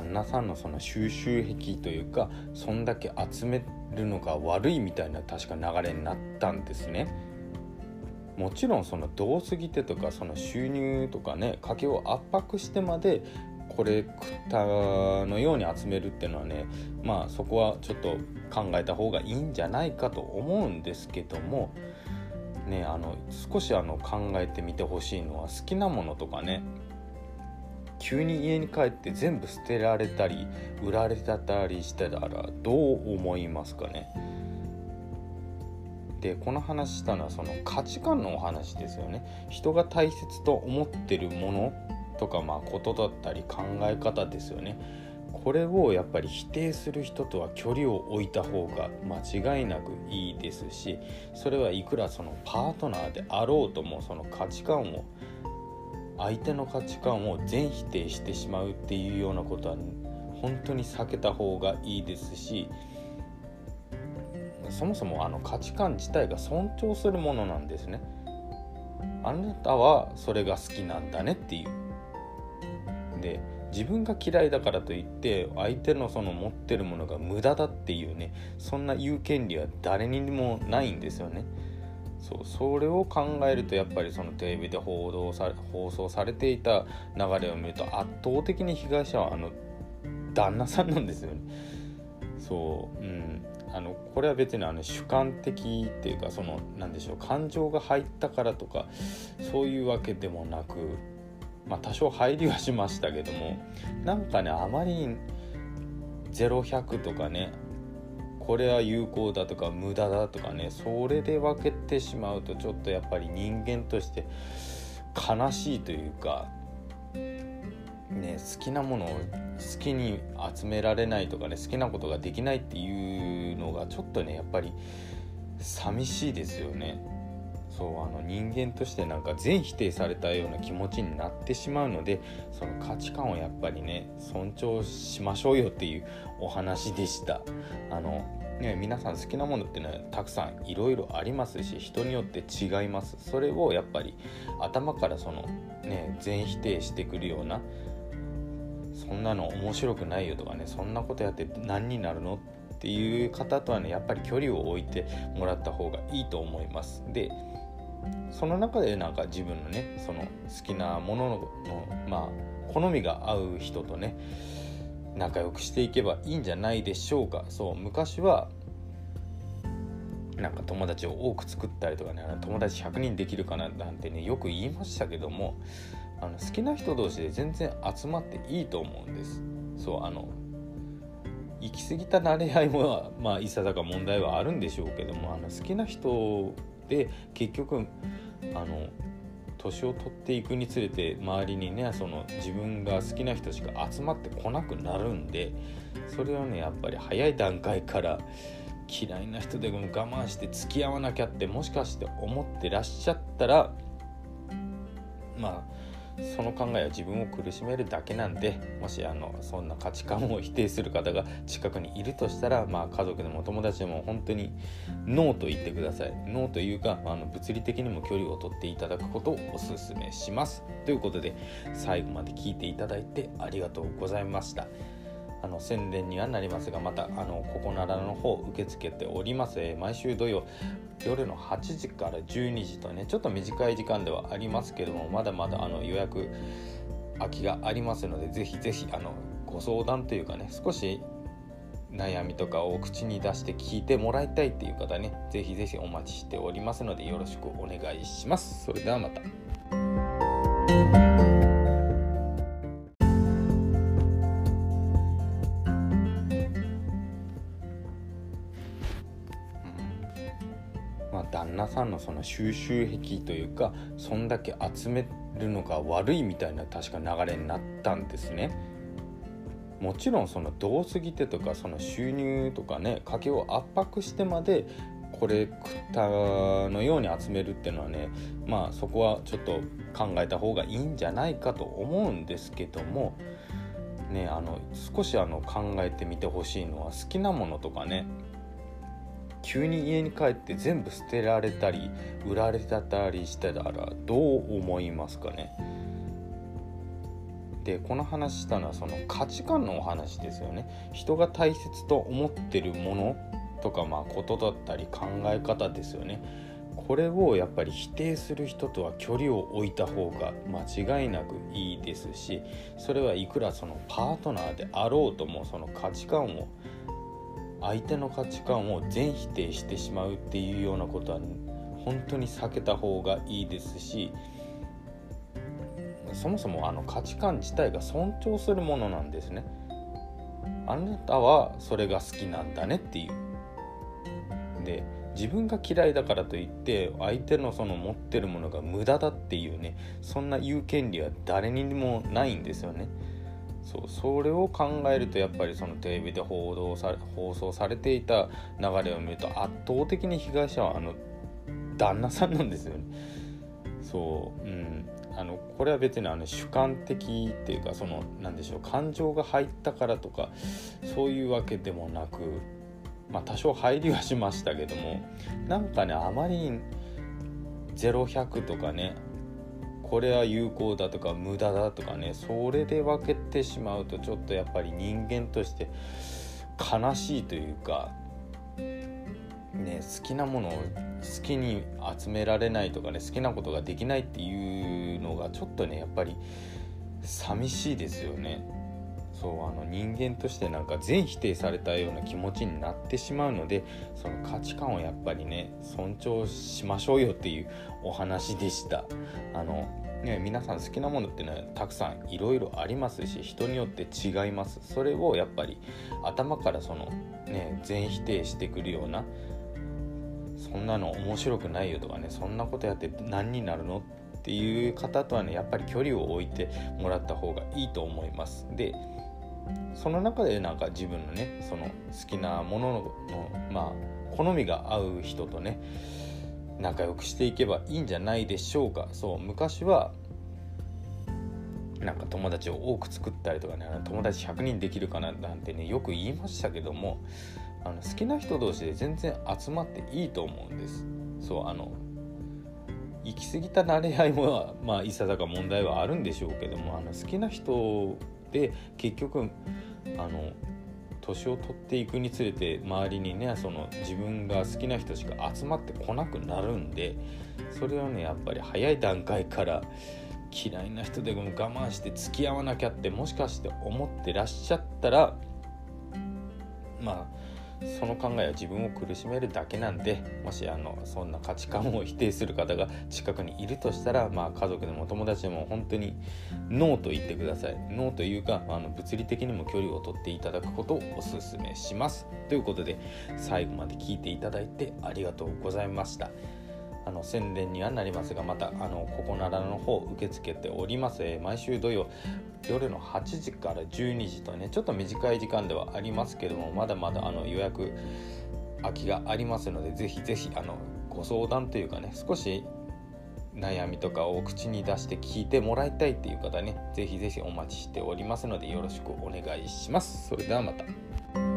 旦那さんのその収集癖というか、そんだけ集めるのが悪いみたいな確か流れになったんですね。もちろんその度を過ぎてとか、その収入とかね、家計を圧迫してまでこれ食ったのように集めるっていうのはね、そこはちょっと考えた方がいいんじゃないかと思うんですけどもね、少し考えてみてほしいのは、好きなものとかね、急に家に帰って全部捨てられたり売られたりしてたらどう思いますかね。で、この話したのはその価値観のお話ですよね。人が大切と思ってるものとか、ことだったり考え方ですよね。これをやっぱり否定する人とは距離を置いた方が間違いなくいいですし、それはいくらそのパートナーであろうとも、その相手の価値観を全否定してしまうっていうようなことは本当に避けた方がいいですし、そもそも価値観自体が尊重するものなんですね。あなたはそれが好きなんだねっていう。で、自分が嫌いだからといって相手のその持ってるものが無駄だっていうね、そんな言う権利は誰にもないんですよね。それを考えると、やっぱりそのテレビで放送されていた流れを見ると、圧倒的に被害者は旦那さんなんですよね。これは別に主観的っていうか、感情が入ったからとかそういうわけでもなく、多少入りはしましたけども、あまりに0-100とかね、これは有効だとか無駄だとかね、それで分けてしまうと、ちょっとやっぱり人間として悲しいというかね、好きなものを好きに集められないとかね、好きなことができないっていうのがちょっとね、やっぱり寂しいですよね。人間として全否定されたような気持ちになってしまうので、その価値観をやっぱりね、尊重しましょうよっていうお話でした。皆さん好きなものってのはたくさんいろいろありますし、人によって違います。それをやっぱり頭から全否定してくるような、そんなの面白くないよとかね、そんなことやって何になるのっていう方とはね、やっぱり距離を置いてもらった方がいいと思います。で、その中で自分のね、その好きなものの好みが合う人とね、仲良くしていけばいいんじゃないでしょうか。昔は友達を多く作ったりとかね、友達100人できるかななんてね、よく言いましたけども、好きな人同士で全然集まっていいと思うんです。行き過ぎた慣れ合いもいささか問題はあるんでしょうけども、好きな人で結局年を取っていくにつれて、周りにね、自分が好きな人しか集まってこなくなるんで、それをね、やっぱり早い段階から嫌いな人でも我慢して付き合わなきゃって、もしかして思ってらっしゃったら、その考えは自分を苦しめるだけなんで、もしそんな価値観を否定する方が近くにいるとしたら、家族でも友達でも本当にノーと言ってください。ノーというか、物理的にも距離を取っていただくことをお勧めします。ということで、最後まで聞いていただいてありがとうございました。宣伝にはなりますが、またここならの方受け付けております。毎週土曜夜の8時から12時とね、ちょっと短い時間ではありますけども、まだまだ予約空きがありますので、ぜひぜひご相談というかね、少し悩みとかを口に出して聞いてもらいたいっていう方ね、ぜひぜひお待ちしておりますので、よろしくお願いします。それではまた。旦那さんのその収集癖というか、そんだけ集めるのが悪いみたいな確か流れになったんですね。もちろんその度を過ぎてとか、その収入とかね、家計を圧迫してまでこれ食ったのように集めるっていうのはね、そこはちょっと考えた方がいいんじゃないかと思うんですけどもね、少し考えてみてほしいのは、好きなものとかね、急に家に帰って全部捨てられたり売られたりしてたらどう思いますかね。 でこの話したのはその価値観のお話ですよね。人が大切と思ってるものとか、ことだったり考え方ですよね。これをやっぱり否定する人とは距離を置いた方が間違いなくいいですし、それはいくらそのパートナーであろうとも、その相手の価値観を全否定してしまうっていうようなことは本当に避けた方がいいですし、そもそも価値観自体が尊重するものなんですね。あなたはそれが好きなんだねっていう。で、自分が嫌いだからといって相手のその持ってるものが無駄だっていうね、そんな言う権利は誰にもないんですよね。それを考えるとやっぱりそのテレビで放送されていた流れを見ると圧倒的に被害者は旦那さんなんですよね。これは別に主観的っていうか、感情が入ったからとかそういうわけでもなく、多少入りはしましたけども、あまりに0-100とかね、これは有効だとか無駄だとかね、それで分けてしまうとちょっとやっぱり人間として悲しいというかね、好きなものを好きに集められないとかね、好きなことができないっていうのがちょっとねやっぱり寂しいですよね。人間として全否定されたような気持ちになってしまうので、その価値観をやっぱりね尊重しましょうよっていうお話でした。皆さん好きなものってねたくさんいろいろありますし、人によって違います。それをやっぱり頭から全否定してくるような、そんなの面白くないよとかね、そんなことやって何になるのっていう方とはねやっぱり距離を置いてもらった方がいいと思います。でその中で自分のねその好きなものの好みが合う人とね仲良くしていけばいいんじゃないでしょうか。昔は友達を多く作ったりとかね、友達100人できるかななんてねよく言いましたけども、好きな人同士で全然集まっていいと思うんです。行き過ぎた慣れ合いもいささか問題はあるんでしょうけども、好きな人で結局年を取っていくにつれて周りにね自分が好きな人しか集まってこなくなるんで、それをねやっぱり早い段階から嫌いな人でも我慢して付き合わなきゃってもしかして思ってらっしゃったら、その考えは自分を苦しめるだけなんで、もしそんな価値観を否定する方が近くにいるとしたら、家族でも友達でも本当にノーと言ってください。ノーというか物理的にも距離を取っていただくことをお勧めします。ということで最後まで聞いていただいてありがとうございました。宣伝にはなりますが、またここならの方受け付けております。毎週土曜夜の8時から12時とね、ちょっと短い時間ではありますけども、まだまだ予約空きがありますので、ぜひぜひご相談というかね、少し悩みとかを口に出して聞いてもらいたいっていう方ね、ぜひぜひお待ちしておりますのでよろしくお願いします。それではまた。